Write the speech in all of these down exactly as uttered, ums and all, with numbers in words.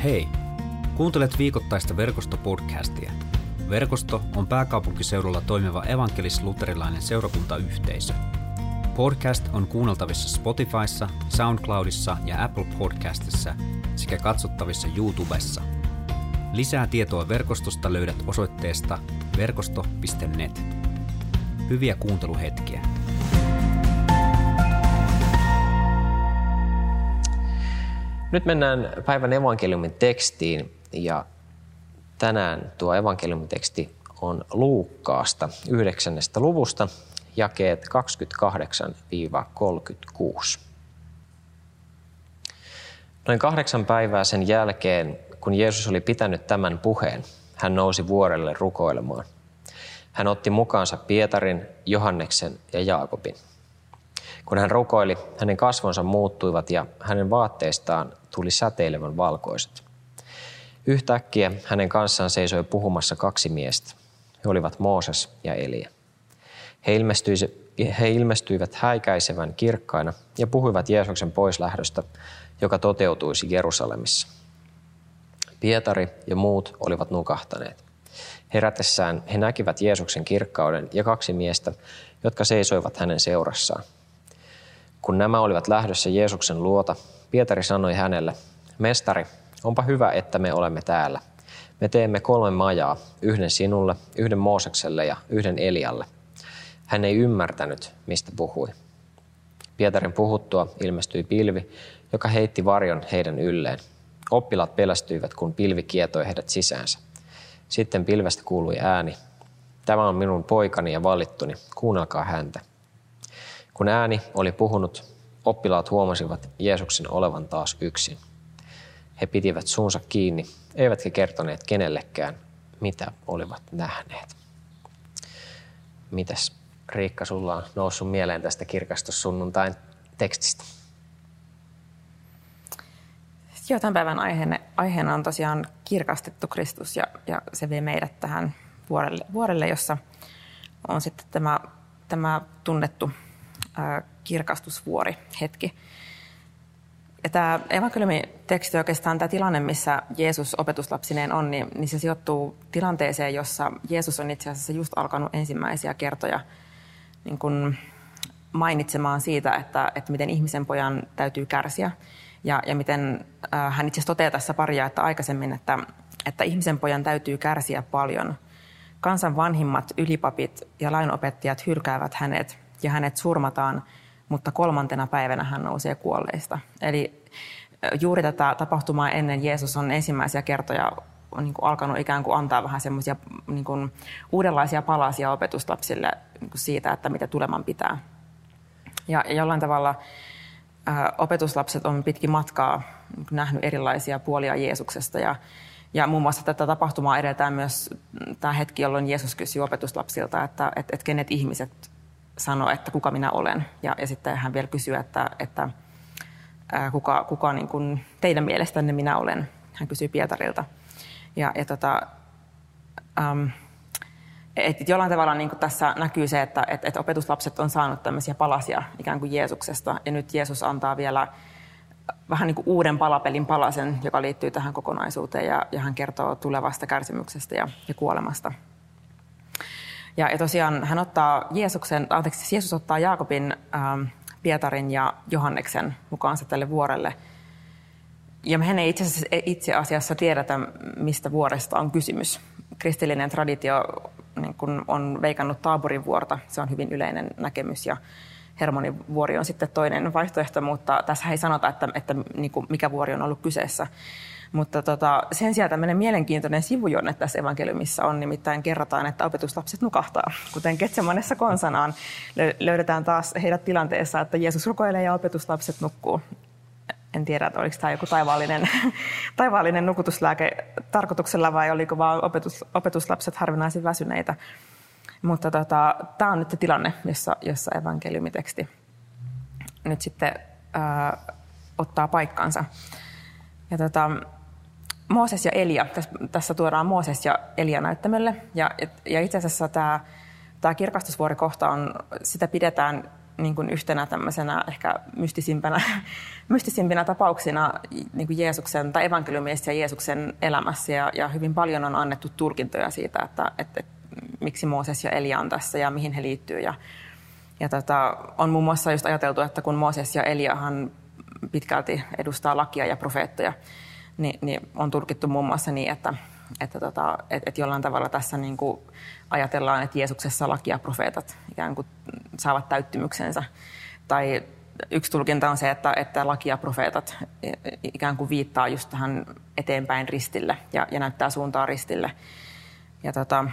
Hei! Kuuntelet viikoittaista Verkosto-podcastia. Verkosto on pääkaupunkiseudulla toimiva evankelis-luterilainen seurakuntayhteisö. Podcast on kuunneltavissa Spotifyssa, SoundCloudissa ja Apple Podcastissa sekä katsottavissa YouTubessa. Lisää tietoa verkostosta löydät osoitteesta verkosto piste net. Hyviä kuunteluhetkiä. Nyt mennään päivän evankeliumin tekstiin ja tänään tuo evankeliumin teksti on Luukkaasta yhdeksännestä luvusta, jakeet kaksikymmentäkahdeksan kolmekymmentäkuusi. Noin kahdeksan päivää sen jälkeen, kun Jeesus oli pitänyt tämän puheen, hän nousi vuorelle rukoilemaan. Hän otti mukaansa Pietarin, Johanneksen ja Jaakobin. Kun hän rukoili, hänen kasvonsa muuttuivat ja hänen vaatteistaan tuli säteilevän valkoiset. Yhtäkkiä hänen kanssaan seisoi puhumassa kaksi miestä. He olivat Mooses ja Elia. He, he ilmestyivät häikäisevän kirkkaina ja puhuivat Jeesuksen poislähdöstä, joka toteutuisi Jerusalemissa. Pietari ja muut olivat nukahtaneet. Herätessään he näkivät Jeesuksen kirkkauden ja kaksi miestä, jotka seisoivat hänen seurassaan. Kun nämä olivat lähdössä Jeesuksen luota, Pietari sanoi hänelle, Mestari, onpa hyvä, että me olemme täällä. Me teemme kolme majaa, yhden sinulle, yhden Moosekselle ja yhden Elialle. Hän ei ymmärtänyt, mistä puhui. Pietarin puhuttua ilmestyi pilvi, joka heitti varjon heidän ylleen. Oppilaat pelästyivät, kun pilvi kietoi heidät sisäänsä. Sitten pilvestä kuului ääni, tämä on minun poikani ja valittuni, kuunnelkaa häntä. Kun ääni oli puhunut, oppilaat huomasivat Jeesuksen olevan taas yksin. He pitivät suunsa kiinni, eivätkä kertoneet kenellekään, mitä olivat nähneet. Mitäs Riikka, sulla on noussut mieleen tästä kirkastussunnuntain tekstistä? Joo, tämän päivän aiheena, aiheena on tosiaan kirkastettu Kristus ja, ja se vie meidät tähän vuorelle, vuorelle jossa on sitten tämä, tämä tunnettu ää, kirkastusvuori hetki. Ja tämä evankeliumiteksti oikeastaan tämä tilanne, missä Jeesus opetuslapsineen on, niin, niin se sijoittuu tilanteeseen, jossa Jeesus on itse asiassa just alkanut ensimmäisiä kertoja niin kuin mainitsemaan siitä, että, että miten ihmisen pojan täytyy kärsiä. Ja, ja miten äh, hän itse asiassa toteaa tässä paria, että aikaisemmin, että, että ihmisen pojan täytyy kärsiä paljon. Kansan vanhimmat ylipapit ja lainopettajat hylkäävät hänet ja hänet surmataan, mutta kolmantena päivänä hän nousee kuolleista. Eli juuri tätä tapahtumaa ennen Jeesus on ensimmäisiä kertoja niin kuin alkanut ikään kuin antaa vähän semmoisia niin kuin uudenlaisia palasia opetuslapsille niin kuin siitä, että mitä tuleman pitää. Ja, ja jollain tavalla ä, opetuslapset on pitkin matkaa niin kuin nähnyt erilaisia puolia Jeesuksesta. Ja, ja muun muassa tätä tapahtumaa edetään myös tämä hetki, jolloin Jeesus kysyy opetuslapsilta, että et, et kenet ihmiset sanoo, että kuka minä olen. Ja, ja sitten hän vielä kysyy, että, että ää, kuka, kuka niin kuin teidän mielestänne minä olen. Hän kysyy Pietarilta. Ja, ja tota, äm, et jollain tavalla niin kuin tässä näkyy se, että et, et opetuslapset on saanut tämmöisiä palasia ikään kuin Jeesuksesta. Ja nyt Jeesus antaa vielä vähän niin kuin uuden palapelin palasen, joka liittyy tähän kokonaisuuteen. Ja, ja hän kertoo tulevasta kärsimyksestä ja, ja kuolemasta. Ja, ja tosiaan hän ottaa Jeesuksen, anteeksi, Jeesus ottaa Jaakobin, ähm, Pietarin ja Johanneksen mukaansa tälle vuorelle. Ja mehän ei itse asiassa, itse asiassa tiedetä, mistä vuoresta on kysymys. Kristillinen traditio niin kun on veikannut Taaborin vuorta, se on hyvin yleinen näkemys, ja Hermonin vuori on sitten toinen vaihtoehto, mutta tässä ei sanota, että, että niin kuin mikä vuori on ollut kyseessä. Mutta tota, sen sijaan tämmöinen mielenkiintoinen sivujonne tässä evankeliumissa on, nimittäin kerrotaan, että opetuslapset nukahtaa. Kuten Getsemanessa konsanaan löydetään taas heidät tilanteessa, että Jeesus rukoilee ja opetuslapset nukkuu. En tiedä, että oliko tämä joku taivaallinen, taivaallinen nukutuslääke tarkoituksella vai oliko vaan opetus, opetuslapset harvinaisen väsyneitä. Mutta tota, tämä on nyt se tilanne, jossa, jossa evankeliumiteksti nyt sitten ää, ottaa paikkansa. Ja tota, Mooses ja Elia, tässä, tässä tuodaan Mooses ja Elia näyttämölle. Ja, ja itse asiassa tämä, tämä kirkastusvuorikohta on, sitä pidetään niin kuin yhtenä tämmöisenä ehkä mystisimpänä, mystisimpinä tapauksina niin kuin Jeesuksen tai evankeliumissa ja Jeesuksen elämässä. Ja, ja hyvin paljon on annettu tulkintoja siitä, että, että, että miksi Mooses ja Elia on tässä ja mihin he liittyy. Ja, ja tota, on muun muassa just ajateltu, että kun Mooses ja Eliahan pitkälti edustaa lakia ja profeettoja, niin, niin on tulkittu muun muassa niin, että, että, tota, että, että jollain tavalla tässä niin kuin ajatellaan, että Jeesuksessa laki ja profeetat ikään kuin saavat täyttymyksensä. Tai yksi tulkinta on se, että, että laki ja profeetat ikään kuin viittaa just tähän eteenpäin ristille ja, ja näyttää suuntaa ristille. Ja, tota,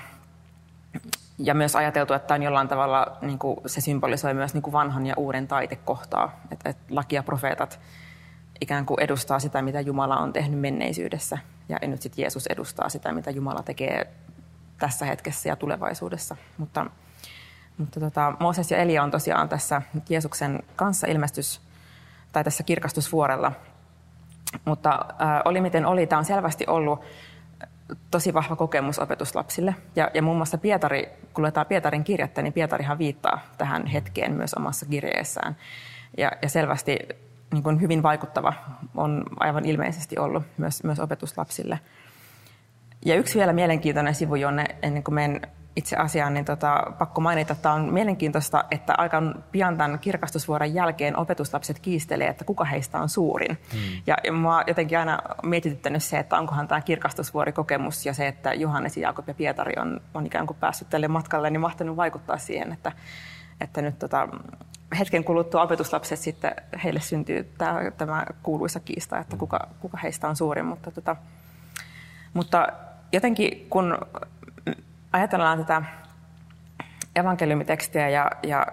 ja myös ajateltu, että on jollain tavalla niin kuin se symbolisoi myös niin kuin vanhan ja uuden taitekohtaa. Että, että laki ja profeetat ikään kuin edustaa sitä, mitä Jumala on tehnyt menneisyydessä. Ja nyt sitten Jeesus edustaa sitä, mitä Jumala tekee tässä hetkessä ja tulevaisuudessa. Mutta, mutta tota, Mooses ja Elia on tosiaan tässä Jeesuksen kanssa ilmestys, tai tässä kirkastusvuorella. Mutta ää, oli miten oli, tämä on selvästi ollut tosi vahva kokemus opetuslapsille. Ja, ja muun muassa Pietari, kun luetaan Pietarin kirjettä, niin Pietarihan viittaa tähän hetkeen myös omassa kirjeessään. Ja, ja selvästi niin kuin hyvin vaikuttava on aivan ilmeisesti ollut myös, myös opetuslapsille. Ja yksi vielä mielenkiintoinen sivu, jonne ennen kuin menen itse asiaan, niin tota, pakko mainita, että on mielenkiintoista, että aika pian tämän kirkastusvuoren jälkeen opetuslapset kiistelee, että kuka heistä on suurin. Hmm. Ja, ja mua jotenkin aina mietityttänyt se, että onkohan tämä kirkastusvuorikokemus ja se, että Johannes, Jaakob ja Pietari on, on ikään kuin päässyt tälle matkalle, niin mahtanut vaikuttaa siihen, että, että nyt tota, hetken kuluttua opetuslapset sitten heille syntyy tämä, tämä kuuluisa kiista, että kuka, kuka heistä on suurin. Mutta, tota, mutta jotenkin kun ajatellaan tätä evankeliumitekstiä ja, ja,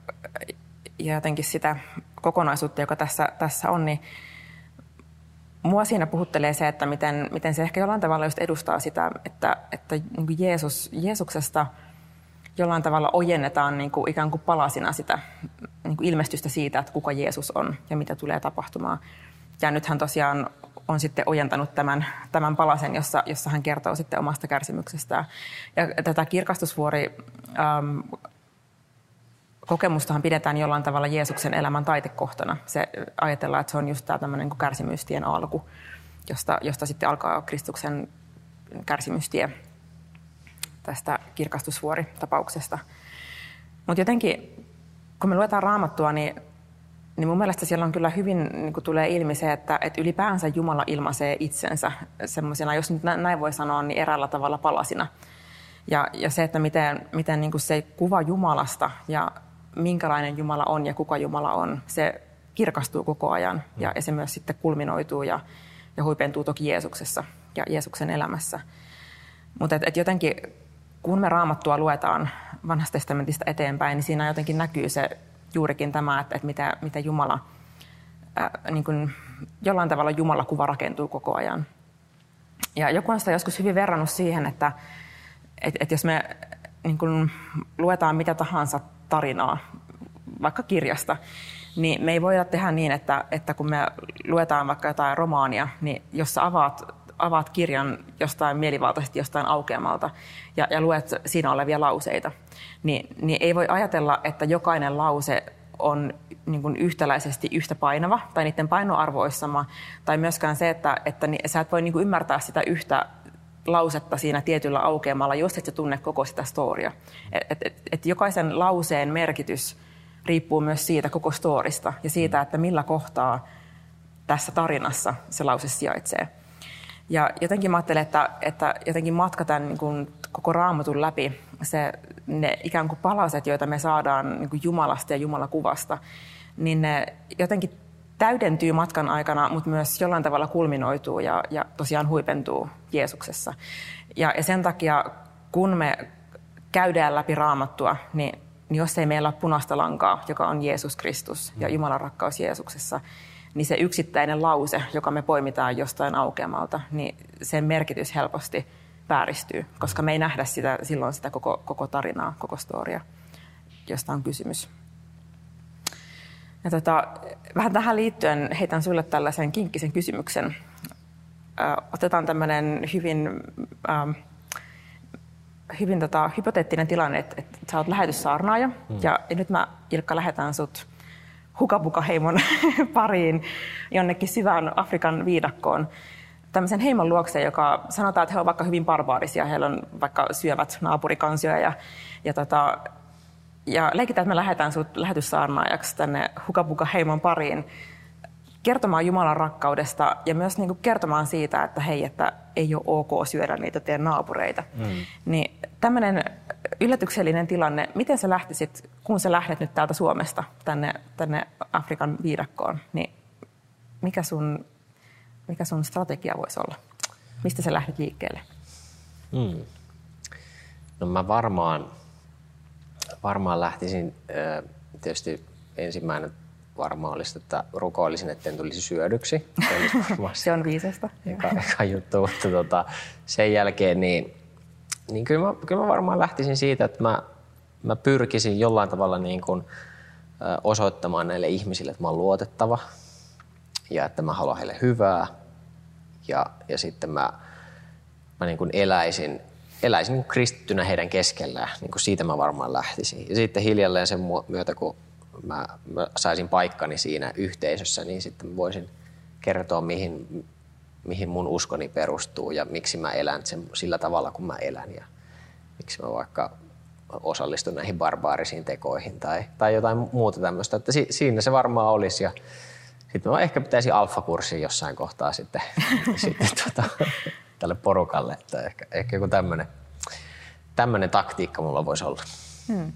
ja jotenkin sitä kokonaisuutta, joka tässä, tässä on, niin mua siinä puhuttelee se, että miten, miten se ehkä jollain tavalla just edustaa sitä, että, että niin kuin Jeesus, Jeesuksesta jollain tavalla ojennetaan niin kuin ikään kuin palasina sitä niin kuin ilmestystä siitä, että kuka Jeesus on ja mitä tulee tapahtumaan. Ja nyt hän tosiaan on sitten ojentanut tämän, tämän palasen, jossa, jossa hän kertoo sitten omasta kärsimyksestään. Ja tätä kirkastusvuori ähm, kokemustahan pidetään jollain tavalla Jeesuksen elämän taitekohtana. Se ajatellaan, että se on just tämä tämmöinen niin kärsimystien alku, josta, josta sitten alkaa Kristuksen kärsimystie tästä kirkastusvuoritapauksesta. Mutta jotenkin, kun me luetaan Raamattua, niin niin mun mielestä siellä on kyllä hyvin, niin kuin tulee ilmi se, että, että ylipäänsä Jumala ilmaisee itsensä semmoisena, jos nyt näin voi sanoa, niin eräällä tavalla palasina. Ja, ja se, että miten, miten niin kuin se kuva Jumalasta ja minkälainen Jumala on ja kuka Jumala on, se kirkastuu koko ajan. Ja, ja se myös sitten kulminoituu ja, ja huipentuu toki Jeesuksessa ja Jeesuksen elämässä. Mutta et, et jotenkin, kun me Raamattua luetaan Vanhasta testamentista eteenpäin, niin siinä jotenkin näkyy se juurikin tämä, että, että mitä, mitä Jumala, ää, niin kuin, jollain tavalla Jumalakuva rakentuu koko ajan. Ja joku on sitä joskus hyvin verrannut siihen, että, että, että jos me niin kuin, luetaan mitä tahansa tarinaa, vaikka kirjasta, niin me ei voida tehdä niin, että, että kun me luetaan vaikka jotain romaania, niin jos sä avaat, avaat kirjan jostain mielivaltaisesti jostain aukeamalta ja, ja luet siinä olevia lauseita, niin, niin ei voi ajatella, että jokainen lause on niin kuin yhtäläisesti yhtä painava tai niiden painoarvo olisi sama, tai myöskään se, että, että sä et voi niin kuin ymmärtää sitä yhtä lausetta siinä tietyllä aukeamalla, jos et sä tunne koko sitä storia. Et, et, et, et jokaisen lauseen merkitys riippuu myös siitä koko storista ja siitä, että millä kohtaa tässä tarinassa se lause sijaitsee. Ja jotenkin mä ajattelen, että, että jotenkin matka tämän niin kuin koko Raamatun läpi, se, ne ikään kuin palaset, joita me saadaan niin kuin Jumalasta ja Jumalakuvasta, niin ne jotenkin täydentyy matkan aikana, mutta myös jollain tavalla kulminoituu ja, ja tosiaan huipentuu Jeesuksessa. Ja, ja sen takia, kun me käydään läpi Raamattua, niin, niin jos ei meillä ole punaista lankaa, joka on Jeesus Kristus ja Jumalan rakkaus Jeesuksessa, niin se yksittäinen lause, joka me poimitaan jostain aukeamalta, niin sen merkitys helposti vääristyy, koska me ei nähdä sitä, silloin sitä koko, koko tarinaa, koko storia, josta on kysymys. Ja tota, vähän tähän liittyen heitän sulle tällaisen kinkkisen kysymyksen. Ö, otetaan tämmöinen hyvin ö, hyvin tota, hypoteettinen tilanne, että, että sä oot lähetyssaarnaaja mm. ja, ja nyt mä, Ilkka, lähetän sut Hukapuka-heimon pariin jonnekin syvään Afrikan viidakkoon. Tämmöisen heimon luokse, joka sanotaan, että he ovat vaikka hyvin barbaarisia, heillä on vaikka syövät naapurikansioja ja, ja, tota, ja leikitään, että me lähdetään sut lähetyssaarnaajaksi tänne Hukapuka-heimon pariin kertomaan Jumalan rakkaudesta ja myös niin kuin kertomaan siitä, että hei, että ei ole ok syödä niitä teidän naapureita. Mm. Niin tämmöinen yllätyksellinen tilanne, miten sä lähtisit, kun sä lähdet nyt täältä Suomesta tänne, tänne Afrikan viidakkoon, niin mikä sun, mikä sun strategia voisi olla? Mistä sä lähdet liikkeelle? Mm. No mä varmaan, varmaan lähtisin, tietysti ensimmäinen varmaan olisi, että rukoilisin, etten tulisi syödyksi. Se, se on viisasta. Eka, eka juttu, mutta tota, sen jälkeen niin, niin kyllä, mä, kyllä mä varmaan lähtisin siitä, että mä, mä pyrkisin jollain tavalla niin kuin, ö, osoittamaan näille ihmisille, että mä oon luotettava ja että mä haluan heille hyvää ja, ja sitten mä, mä niin kuin eläisin, eläisin niin kuin kristittynä heidän keskellään. Niin kuin siitä mä varmaan lähtisin. Ja sitten hiljalleen sen myötä, kun Mä, mä saisin paikkani siinä yhteisössä, niin sitten voisin kertoa, mihin, mihin mun uskoni perustuu ja miksi mä elän sen sillä tavalla, kun mä elän ja miksi mä vaikka osallistun näihin barbaarisiin tekoihin tai, tai jotain muuta tämmöistä. Että si, siinä se varmaan olisi ja sitten mä ehkä pitäisi alfakurssin jossain kohtaa sitten, sitten tota, tälle porukalle, että ehkä, ehkä joku tämmöinen, tämmöinen taktiikka mulla voisi olla. Hmm.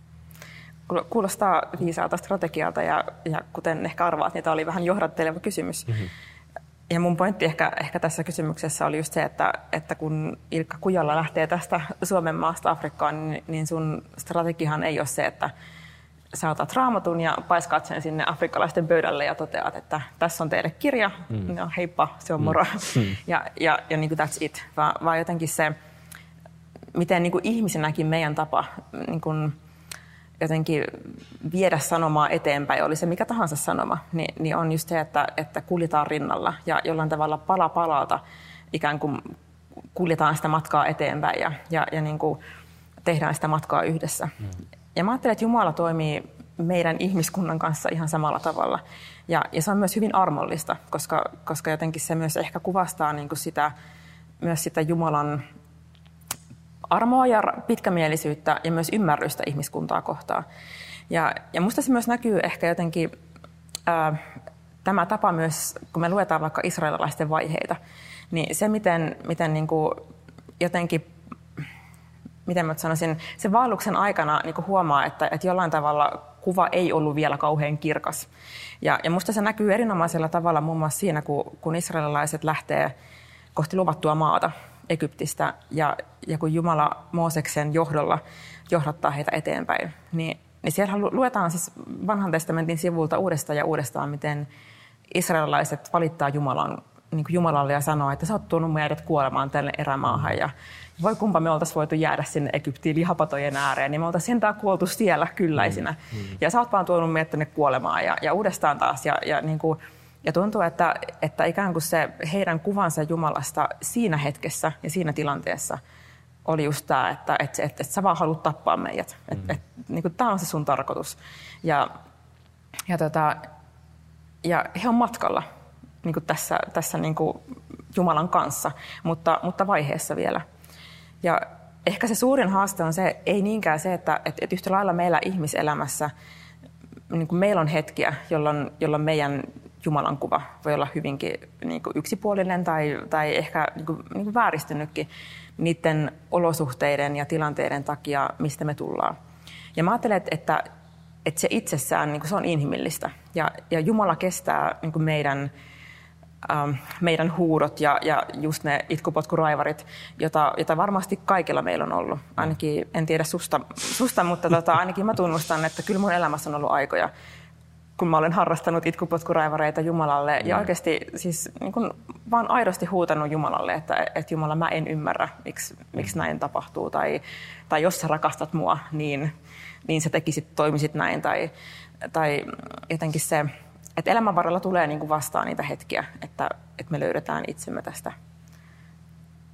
Kuulostaa viisaalta strategialta ja, ja kuten ehkä arvaat, niin tämä oli vähän johdatteleva kysymys. Mm-hmm. Ja mun pointti ehkä, ehkä tässä kysymyksessä oli just se, että, että kun Ilkka Kujalla lähtee tästä Suomen maasta Afrikkaan, niin, niin sun strategiahan ei ole se, että sä otat Raamatun ja paiskaat sen sinne afrikkalaisten pöydälle ja toteat, että tässä on teille kirja, mm. no, heippa, se on moro. Mm. ja ja, ja niin kuin that's it, Va, vaan jotenkin se, miten niin kuin ihmisenäkin meidän tapa niin kuin jotenkin viedä sanomaa eteenpäin, oli se mikä tahansa sanoma, niin, niin on just se, että, että kuljetaan rinnalla ja jollain tavalla pala palalta ikään kuin kuljetaan sitä matkaa eteenpäin ja, ja, ja niin kuin tehdään sitä matkaa yhdessä. Mm. Ja mä ajattelen, että Jumala toimii meidän ihmiskunnan kanssa ihan samalla tavalla. Ja, ja se on myös hyvin armollista, koska, koska jotenkin se myös ehkä kuvastaa niin kuin sitä, myös sitä Jumalan armoa ja pitkämielisyyttä ja myös ymmärrystä ihmiskuntaa kohtaan. Ja, ja musta se myös näkyy ehkä jotenkin ää, tämä tapa myös, kun me luetaan vaikka israelilaisten vaiheita, niin se miten, miten niin kuin jotenkin, miten mä sanoisin, sen vaelluksen aikana niin kuin huomaa, että, että jollain tavalla kuva ei ollut vielä kauhean kirkas. Ja, ja musta se näkyy erinomaisella tavalla muun muassa siinä, kun, kun israelilaiset lähtee kohti luvattua maata Egyptistä ja, ja kun Jumala Mooseksen johdolla johdattaa heitä eteenpäin, niin, niin siellä luetaan siis vanhan testamentin sivulta uudestaan ja uudestaan, miten israelilaiset valittaa Jumalan, niin kuin Jumalalle ja sanoo, että sä oot tuonut meidät kuolemaan tänne erämaahan ja voi kumpa me oltaisiin voitu jäädä sinne Egyptiin lihapatojen ääreen, niin me oltaisiin sentään kuoltu siellä kylläisinä. Mm, mm. Ja sä oot vaan tuonut meidät tänne kuolemaan ja, ja uudestaan taas. Ja, ja, niin kuin, ja tuntuu, että, että ikään kuin se heidän kuvansa Jumalasta siinä hetkessä ja siinä tilanteessa oli just tämä, että, että, että, että sä vaan haluat tappaa meidät. Mm. Että, että, niin kuin, tämä on se sun tarkoitus. Ja, ja, tota, ja he on matkalla niin kuin tässä, tässä niin kuin Jumalan kanssa, mutta, mutta vaiheessa vielä. Ja ehkä se suurin haaste on se, ei niinkään se, että, että, että yhtä lailla meillä ihmiselämässä niin kuin meillä on hetkiä, jolloin, jolloin meidän Jumalan kuva voi olla hyvinkin niin kuin yksipuolinen tai, tai ehkä niin kuin, niin kuin vääristynytkin niiden olosuhteiden ja tilanteiden takia, mistä me tullaan. Ja mä ajattelen, että, että, että se itsessään niin kuin se on inhimillistä ja, ja Jumala kestää niin kuin meidän Ähm, meidän huudot ja, ja just ne itkupotkuraivarit, jota, jota varmasti kaikilla meillä on ollut. Ainakin, en tiedä susta, susta mutta tota, ainakin mä tunnustan, että kyllä mun elämässä on ollut aikoja, kun mä olen harrastanut itkupotkuraivareita Jumalalle ja oikeasti siis niin kun vaan aidosti huutanut Jumalalle, että, että Jumala, mä en ymmärrä, miksi, miksi näin tapahtuu. Tai, tai jos sä rakastat mua, niin, niin sä tekisit, toimisit näin. Tai, tai jotenkin se, että elämän varrella tulee niin kuin vastaan niitä hetkiä, että, että me löydetään itsemme tästä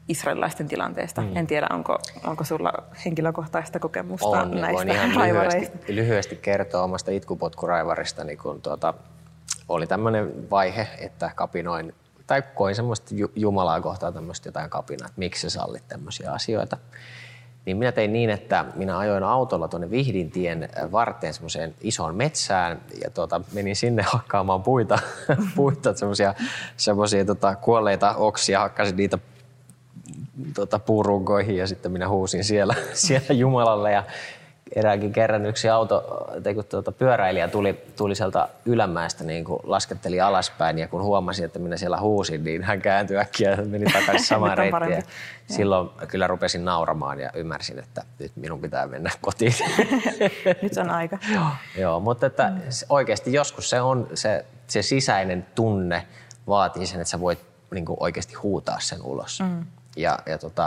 israelilaisten tilanteesta. Mm. En tiedä, onko, onko sulla henkilökohtaista kokemusta on, näistä voin ihan raivareista? lyhyesti, lyhyesti kertoa omasta itkupotkuraivaristani, kun tuota, oli tämmöinen vaihe, että kapinoin, tai koin semmoista Jumalaa kohtaan tämmöistä jotain kapinaa, että miksi sä sallit tämmöisiä asioita. Niin minä tein niin, että minä ajoin autolla tuonne Vihdintien varteen semmoiseen isoon metsään ja tuota, menin sinne hakkaamaan puita, puita semmoisia, semmoisia tota, kuolleita oksia, hakkasin niitä tota, puurunkoihin ja sitten minä huusin siellä, siellä Jumalalle ja eräänkin kerran yksi auto, kun tuota, pyöräilijä tuli, tuli sieltä ylämäestä, niin kun lasketteli alaspäin ja kun huomasi, että minä siellä huusin, niin hän kääntyi äkkiä ja meni takaisin samaan reittiin. Silloin kyllä rupesin nauramaan ja ymmärsin, että nyt minun pitää mennä kotiin. Nyt on aika. Joo, joo, mutta että mm. oikeasti joskus se on se, se sisäinen tunne vaatii sen, että sä voit niin kuin oikeasti huutaa sen ulos. Mm. Ja, ja tota,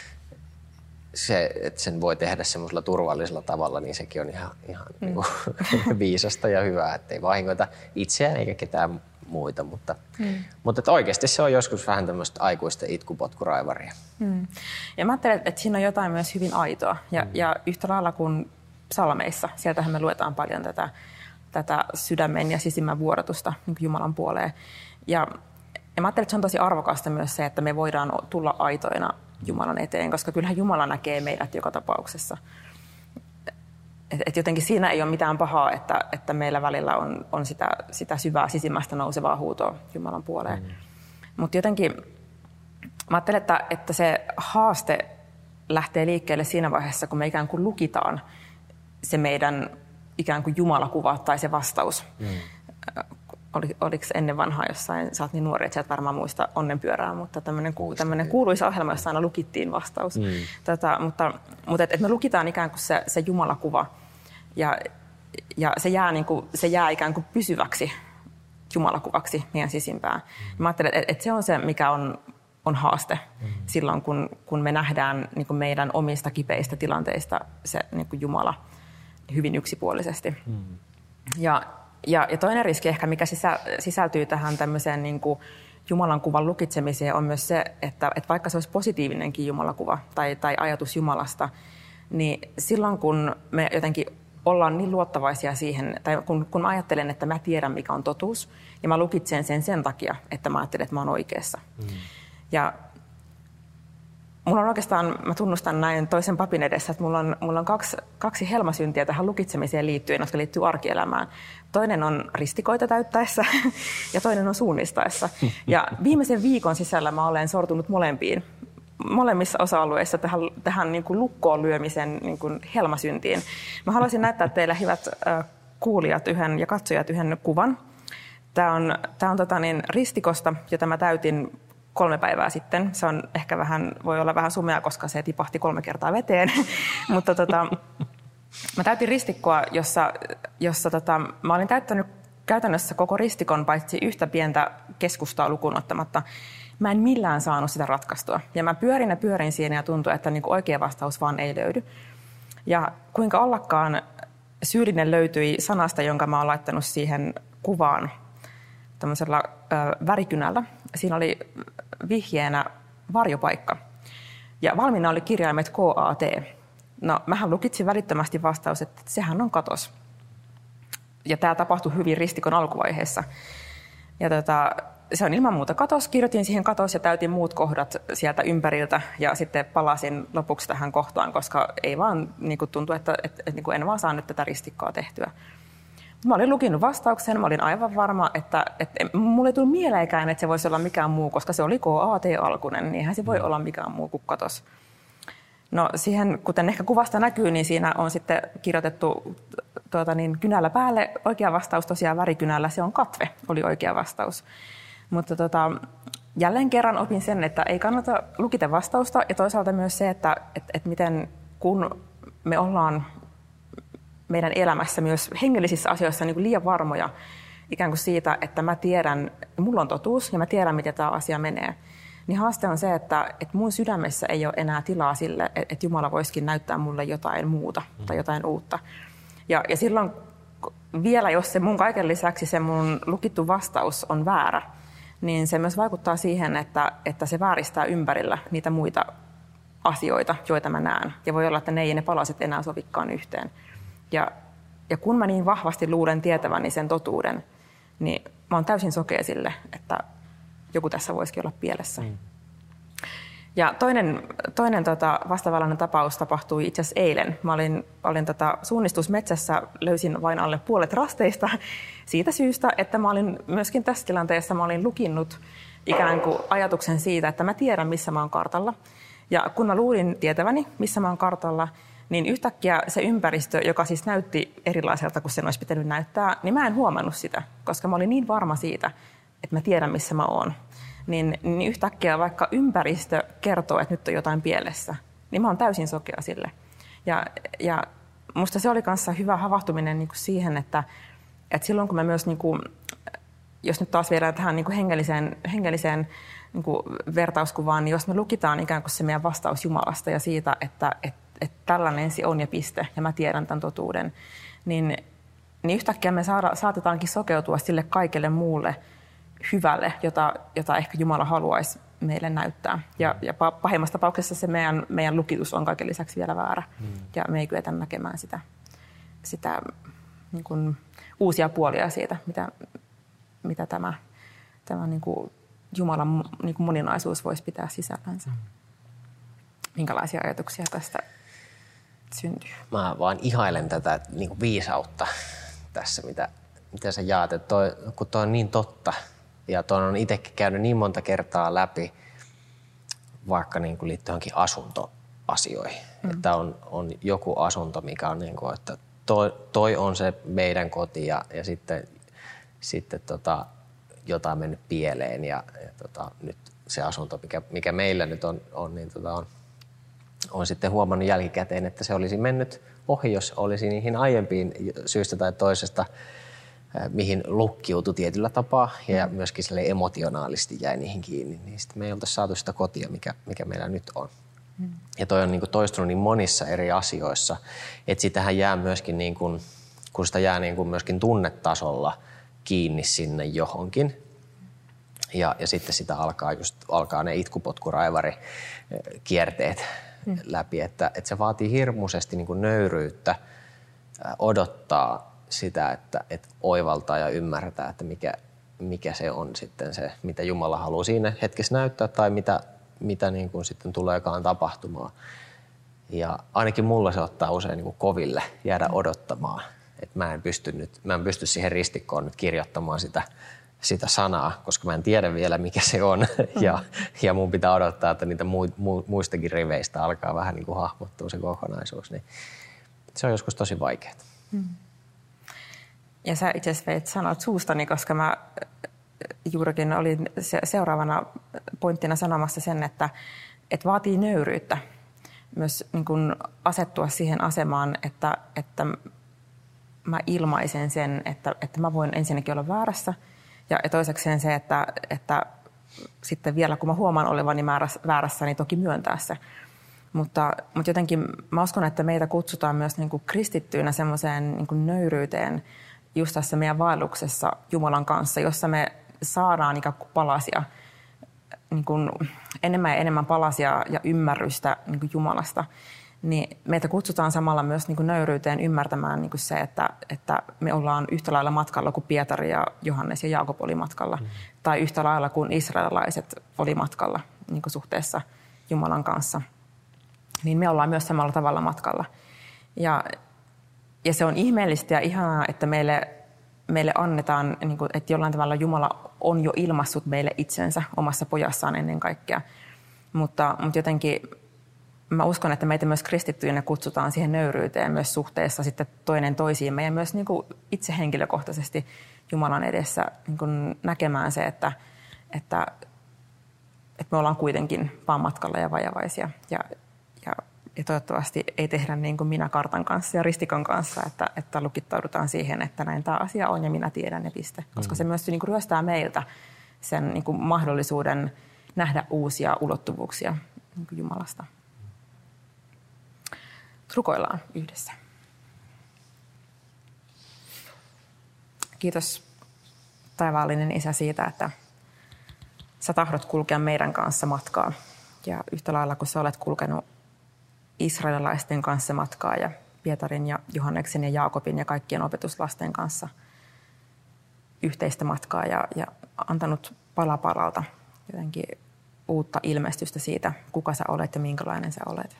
se, että sen voi tehdä semmoisella turvallisella tavalla, niin sekin on ihan, ihan mm. niin kuin viisasta ja hyvää, ettei vahingoita itseään eikä ketään muita. Mutta, mm. mutta että oikeasti se on joskus vähän tämmöistä aikuisten itkupotkuraivaria. Mm. Ja mä ajattelen, että siinä on jotain myös hyvin aitoa. Ja, mm. ja yhtä lailla kuin psalmeissa, sieltähän me luetaan paljon tätä, tätä sydämen ja sisimmän vuorotusta niin kuin Jumalan puoleen. Ja, ja mä ajattelen, että se on tosi arvokasta myös se, että me voidaan tulla aitoina Jumalan eteen, koska kyllähän Jumala näkee meidät joka tapauksessa. Et, et jotenkin siinä ei ole mitään pahaa, että, että meillä välillä on, on sitä, sitä syvää sisimmästä nousevaa huutoa Jumalan puoleen. Mm. Mutta jotenkin mä ajattelen, että, että se haaste lähtee liikkeelle siinä vaiheessa, kun me ikään kuin lukitaan se meidän ikään kuin Jumalakuva tai se vastaus. Mm. Oli, oliko ennen vanhaa jossain, sä oot niin nuori, että sä et varmaan muista Onnenpyörää, mutta tämmöinen, tämmöinen kuuluisa ohjelma, jossa aina lukittiin vastaus. Mm. Tätä, mutta mutta et, et me lukitaan ikään kuin se, se Jumalakuva ja, ja se, jää niin kuin, se jää ikään kuin pysyväksi Jumalakuvaksi meidän sisimpään. Mm. Mä ajattelen, että et se on se, mikä on, on haaste mm. silloin, kun, kun me nähdään niin kuin meidän omista kipeistä tilanteista se niin kuin Jumala hyvin yksipuolisesti. Mm. Ja Ja, ja toinen riski ehkä, mikä sisä, sisältyy tähän tämmöiseen niin kuin Jumalan kuvan lukitsemiseen, on myös se, että, että vaikka se olisi positiivinenkin Jumalakuva tai, tai ajatus Jumalasta, niin silloin kun me jotenkin ollaan niin luottavaisia siihen, tai kun, kun mä ajattelen, että mä tiedän mikä on totuus, ja mä lukitsen sen sen takia, että mä ajattelen, että mä oon oikeassa. Mm. Ja mulla on oikeastaan, mä tunnustan näin toisen papin edessä, että mulla on, mulla on kaksi, kaksi helmasyntiä tähän lukitsemiseen liittyen, jotka liittyy arkielämään. Toinen on ristikoita täyttäessä ja toinen on suunnistaessa. Ja viimeisen viikon sisällä mä olen sortunut molempiin, molemmissa osa-alueissa tähän, tähän niin kuin lukkoon lyömisen niin kuin helmasyntiin. Mä haluaisin näyttää teille, hyvät äh, kuulijat yhden, ja katsojat yhden kuvan. Tämä on, tää on tota niin, ristikosta, jota mä täytin kolme päivää sitten. Se on ehkä vähän, voi olla vähän sumea, koska se tipahti kolme kertaa veteen. Mutta tota, mä täytin ristikkoa, jossa, jossa tota, mä olin täyttänyt käytännössä koko ristikon paitsi yhtä pientä keskustaa lukuun ottamatta. Mä en millään saanut sitä ratkaistua. Ja mä pyörin ja pyörin siinä ja tuntui, että niinku oikea vastaus vaan ei löydy. Ja kuinka ollakaan syyllinen löytyi sanasta, jonka mä oon laittanut siihen kuvaan tämmöisellä ö, värikynällä. Siinä oli vihjeenä varjopaikka. Ja valmiina oli kirjaimet K A T. No, mähän lukitsin välittömästi vastaus, että sehän on katos. Ja tämä tapahtui hyvin ristikon alkuvaiheessa. Ja tota, se on ilman muuta katos. Kirjoitin siihen katos ja täytin muut kohdat sieltä ympäriltä. Ja sitten palasin lopuksi tähän kohtaan, koska ei vaan niin kuin tuntui, että, että, että niin kuin en vaan saa nyt tätä ristikkoa tehtyä. Mä olin lukinut vastauksen, mä olin aivan varma, että, että mulle ei tullut mieleenkään, että se voisi olla mikään muu, koska se oli K A T-alkunen, niin eihän se voi olla mikään muu kuin katos. No siihen, kuten ehkä kuvasta näkyy, niin siinä on sitten kirjoitettu tuota, niin, kynällä päälle oikea vastaus, tosiaan värikynällä, se on katve, oli oikea vastaus. Mutta tota, jälleen kerran opin sen, että ei kannata lukita vastausta ja toisaalta myös se, että et, et miten kun me ollaan meidän elämässä myös hengellisissä asioissa niin kuin liian varmoja ikään kuin siitä, että mä tiedän, mulla on totuus ja mä tiedän, miten tämä asia menee. Niin haaste on se, että, että mun sydämessä ei ole enää tilaa sille, että Jumala voisikin näyttää mulle jotain muuta tai jotain uutta. Ja, ja silloin vielä, jos se mun kaiken lisäksi se mun lukittu vastaus on väärä, niin se myös vaikuttaa siihen, että, että se vääristää ympärillä niitä muita asioita, joita mä näen. Ja voi olla, että ne ei ne palaset enää sovikkaan yhteen. Ja, ja kun mä niin vahvasti luulen tietäväni sen totuuden, niin mä oon täysin sokea sille, että joku tässä voisikin olla pielessä. Mm. Ja toinen, toinen tota, vastaavallainen tapaus tapahtui itse asiassa eilen. Mä olin, olin tota, suunnistusmetsässä, löysin vain alle puolet rasteista siitä syystä, että mä olin myöskin tässä tilanteessa mä olin lukinnut ikään kuin ajatuksen siitä, että mä tiedän, missä mä oon kartalla. Ja kun mä luulin tietäväni, missä mä oon kartalla, niin yhtäkkiä se ympäristö, joka siis näytti erilaiselta kuin sen olisi pitänyt näyttää, niin mä en huomannut sitä, koska mä olin niin varma siitä, että mä tiedän, missä mä oon. Niin, niin yhtäkkiä vaikka ympäristö kertoo, että nyt on jotain pielessä, niin mä oon täysin sokea sille. Ja, ja musta se oli kanssa hyvä havahtuminen niin kuin siihen, että, että silloin kun me myös, niin kuin, jos nyt taas viedään tähän niin kuin hengelliseen, hengelliseen niin kuin vertauskuvaan, niin jos me lukitaan ikään kuin se meidän vastaus Jumalasta ja siitä, että, että, että tällainen se on ja piste, ja mä tiedän tämän totuuden, niin, niin yhtäkkiä me saada, saatetaankin sokeutua sille kaikelle muulle hyvälle, jota, jota ehkä Jumala haluaisi meille näyttää. Ja, ja pahimmassa tapauksessa se meidän, meidän lukitus on kaiken lisäksi vielä väärä. Mm. Ja me ei kyetä näkemään sitä, sitä niin kuin uusia puolia siitä, mitä, mitä tämä, tämä niin kuin Jumalan niin kuin moninaisuus voisi pitää sisällänsä. Mm. Minkälaisia ajatuksia tästä syntyy? Mä vaan ihailen tätä niin kuin viisautta tässä, mitä, mitä sä jaat. Että toi, kun toi on niin totta. Ja tuon on itsekin käynyt niin monta kertaa läpi, vaikka niin kuin liittyy johonkin asuntoasioihin. Mm. Että on, on joku asunto, mikä on niin kuin, että toi, toi on se meidän koti ja, ja sitten, sitten tota, jotain mennyt pieleen. Ja, ja tota, nyt se asunto, mikä, mikä meillä nyt on, on, niin tota on, on sitten huomannut jälkikäteen, että se olisi mennyt ohi, jos olisi niihin aiempiin syystä tai toisesta, mihin lukkiutui tietyllä tapaa ja mm. myöskin sille emotionaalisesti jäi niihin kiinni, niin sitten me ei oltaisi saatu sitä kotia, mikä, mikä meillä nyt on. Mm. Ja toi on niin kuin toistunut niin monissa eri asioissa, että sitähän jää myöskin, niin kuin, kun sitä jää niin kuin myöskin tunnetasolla kiinni sinne johonkin, ja, ja sitten sitä alkaa, just, alkaa ne itkupotkuraivari kierteet mm. läpi, että, että se vaatii hirmuisesti niin kuin nöyryyttä odottaa sitä, että, että oivaltaa ja ymmärtää, että mikä, mikä se on sitten se, mitä Jumala haluaa siinä hetkessä näyttää tai mitä, mitä niin kuin sitten tuleekaan tapahtumaan. Ja ainakin mulla se ottaa usein niin kuin koville jäädä odottamaan. Että mä en pysty nyt, mä en pysty siihen ristikkoon nyt kirjoittamaan sitä, sitä sanaa, koska mä en tiedä vielä mikä se on. ja, ja mun pitää odottaa, että niitä mu, mu, muistakin riveistä alkaa vähän niin kuin hahmottua se kokonaisuus. Niin se on joskus tosi vaikeaa. Mm. Ja sä itse asiassa veit sanat suustani, koska mä juurikin olin seuraavana pointtina sanomassa sen, että, että vaatii nöyryyttä myös niin kuin asettua siihen asemaan, että, että mä ilmaisen sen, että, että mä voin ensinnäkin olla väärässä ja toisekseen se, että, että sitten vielä kun mä huomaan olevani väärässä, niin toki myöntää se. Mutta, mutta jotenkin mä uskon, että meitä kutsutaan myös niin kuin kristittyinä semmoiseen niin kuin nöyryyteen, just tässä meidän vaelluksessa Jumalan kanssa, jossa me saadaan ikään kuin palasia, niin kuin enemmän ja enemmän palasia ja ymmärrystä niin kuin Jumalasta, niin meitä kutsutaan samalla myös niin kuin nöyryyteen ymmärtämään niin kuin se, että, että me ollaan yhtä lailla matkalla kuin Pietari ja Johannes ja Jaakob oli matkalla, mm. tai yhtä lailla kuin israelilaiset oli matkalla niin kuin suhteessa Jumalan kanssa. Niin me ollaan myös samalla tavalla matkalla. Ja Ja se on ihmeellistä ja ihanaa, että meille, meille annetaan, niin kuin, että jollain tavalla Jumala on jo ilmaissut meille itsensä omassa pojassaan ennen kaikkea. Mutta, mutta jotenkin mä uskon, että meitä myös kristittyinä kutsutaan siihen nöyryyteen myös suhteessa sitten toinen toisiimme ja myös niin kuin itse henkilökohtaisesti Jumalan edessä niin kuin näkemään se, että, että, että me ollaan kuitenkin vaan matkalla ja vajavaisia ja, ja Ja toivottavasti ei tehdä niin kuin minä kartan kanssa ja ristikon kanssa, että, että lukittaudutaan siihen, että näin tämä asia on ja minä tiedän ja piste. Koska se myös niin kuin ryöstää meiltä sen niin kuin mahdollisuuden nähdä uusia ulottuvuuksia niin kuin Jumalasta. Rukoillaan yhdessä. Kiitos taivaallinen Isä siitä, että sä tahdot kulkea meidän kanssa matkaa. Ja yhtä lailla, kun sä olet kulkenut israelilaisten kanssa matkaa ja Pietarin ja Johanneksen ja Jaakobin ja kaikkien opetuslasten kanssa yhteistä matkaa ja, ja antanut pala palalta jotenkin uutta ilmestystä siitä, kuka sä olet ja minkälainen sä olet.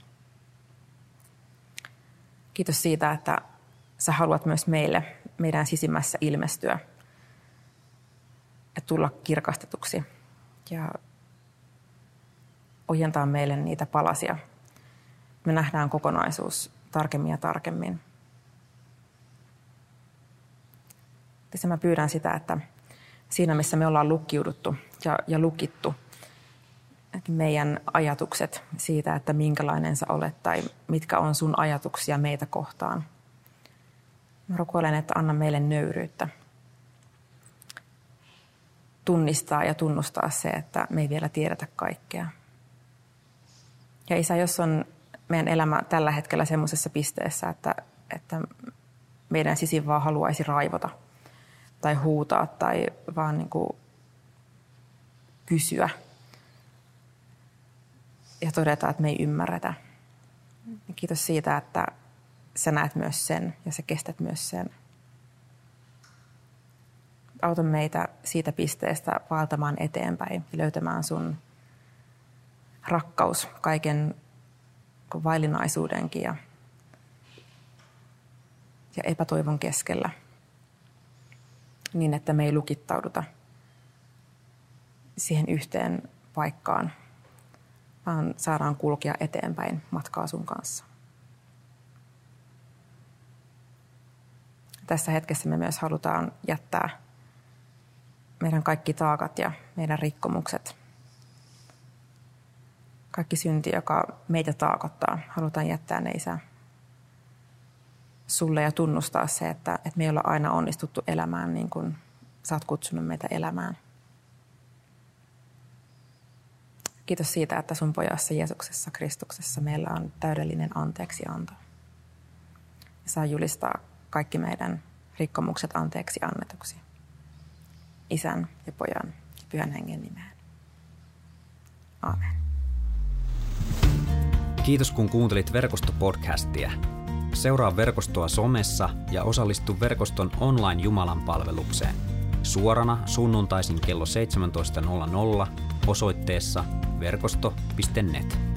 Kiitos siitä, että sä haluat myös meille, meidän sisimmässä ilmestyä ja tulla kirkastetuksi ja ojentaa meille niitä palasia. Me nähdään kokonaisuus tarkemmin ja tarkemmin. Tässä mä pyydän sitä, että siinä missä me ollaan lukkiuduttu ja, ja lukittu meidän ajatukset siitä, että minkälainen sä olet tai mitkä on sun ajatuksia meitä kohtaan. Mä rukoilen, että anna meille nöyryyttä. Tunnistaa ja tunnustaa se, että me ei vielä tiedetä kaikkea. Ja Isä, jos on meidän elämä tällä hetkellä semmoisessa pisteessä, että, että meidän sisin vaan haluaisi raivota tai huutaa tai vaan niin kuin kysyä ja todeta, että me ei ymmärretä. Kiitos siitä, että sä näet myös sen ja sä kestät myös sen. Auta meitä siitä pisteestä vaeltamaan eteenpäin ja löytämään sun rakkaus kaiken vaillinaisuudenkin ja, ja epätoivon keskellä. Niin, että me ei lukittauduta siihen yhteen paikkaan, vaan saadaan kulkea eteenpäin matkaa sun kanssa. Tässä hetkessä me myös halutaan jättää meidän kaikki taakat ja meidän rikkomukset. Kaikki synti, joka meitä taakottaa, halutaan jättää ne, Isä, sulle ja tunnustaa se, että, että me ei olla aina onnistuttu elämään niin kuin sä oot kutsunut meitä elämään. Kiitos siitä, että sun pojassa Jeesuksessa Kristuksessa meillä on täydellinen anteeksianto. Ja saa julistaa kaikki meidän rikkomukset anteeksi annetuksi. Isän ja Pojan ja Pyhän Hengen nimeen. Aamen. Kiitos kun kuuntelit Verkosto-podcastia. Seuraa Verkostoa somessa ja osallistu Verkoston online Jumalan palvelukseen. Suorana sunnuntaisin kello seitsemäntoista nolla nolla osoitteessa verkosto piste net.